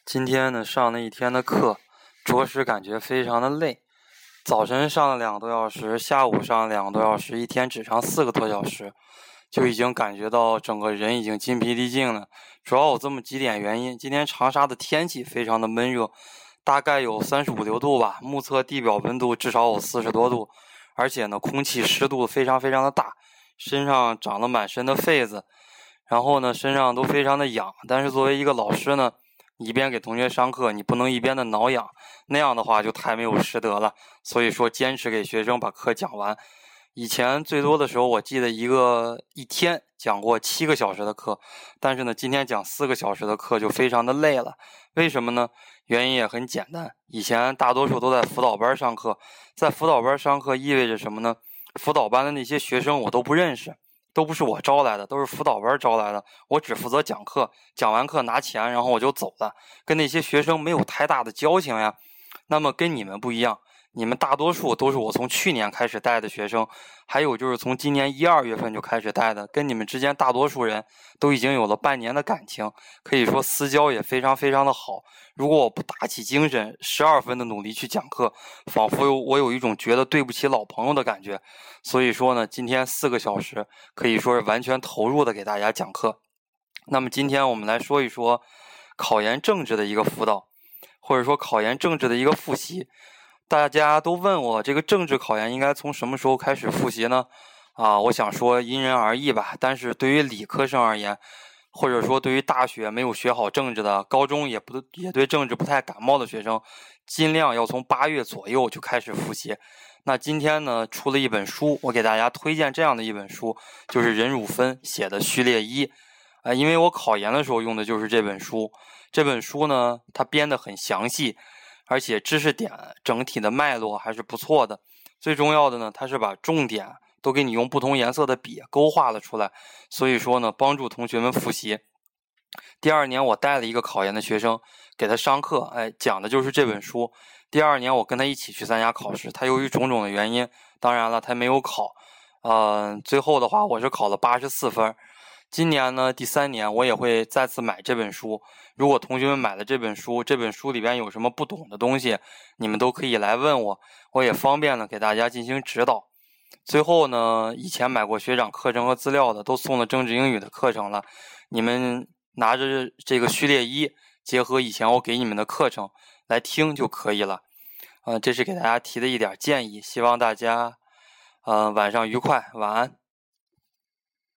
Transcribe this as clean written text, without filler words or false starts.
今天呢上了一天的课，着实感觉非常的累。早晨上了2个多小时，下午上了2个多小时，一天只上4个多小时，就已经感觉到整个人已经筋疲力尽了。主要有这么几点原因：今天长沙的天气非常的闷热，大概有35、6度吧，目测地表温度至少有40多度，而且呢空气湿度非常的大，身上长了满身的痱子，然后呢身上都非常的痒。但是作为一个老师呢，一边给同学上课，你不能一边的挠痒，那样的话就太没有师德了。所以说坚持给学生把课讲完。以前最多的时候，我记得一天讲过7个小时的课，但是呢今天讲4个小时的课就非常的累了。为什么呢？原因也很简单，以前大多数都在辅导班上课，在辅导班上课意味着什么呢？辅导班的那些学生我都不认识，都不是我招来的，都是辅导班招来的，我只负责讲课，讲完课拿钱，然后我就走了，跟那些学生没有太大的交情呀。那么跟你们不一样，你们大多数都是我从去年开始带的学生，还有就是从今年1、2月份就开始带的，跟你们之间大多数人都已经有了半年的感情，可以说私交也非常的好。如果我不打起精神12分的努力去讲课，仿佛我有一种觉得对不起老朋友的感觉。所以说呢，今天4个小时可以说是完全投入的给大家讲课。那么今天我们来说一说考研政治的一个辅导，或者说考研政治的一个复习。大家都问我这个政治考研应该从什么时候开始复习呢？我想说因人而异吧。但是对于理科生而言，或者说对于大学没有学好政治的，高中也对政治不太感冒的学生，尽量要从8月左右就开始复习。那今天呢出了一本书，我给大家推荐这样的一本书，就是任汝芬写的《序列1》。因为我考研的时候用的就是这本书。这本书呢它编得很详细，而且知识点整体的脉络还是不错的。最重要的呢，它是把重点都给你用不同颜色的笔勾画了出来，所以说呢帮助同学们复习。第2年我带了一个考研的学生给他上课，讲的就是这本书。第2年我跟他一起去参加考试，他由于种种的原因，当然了他没有考，最后的话我是考了84分。今年呢第3年我也会再次买这本书。如果同学们买了这本书，这本书里边有什么不懂的东西，你们都可以来问我，我也方便呢给大家进行指导。最后呢，以前买过学长课程和资料的都送了政治英语的课程了，你们拿着这个序列1，结合以前我给你们的课程来听就可以了。这是给大家提的一点建议，希望大家晚上愉快，晚安。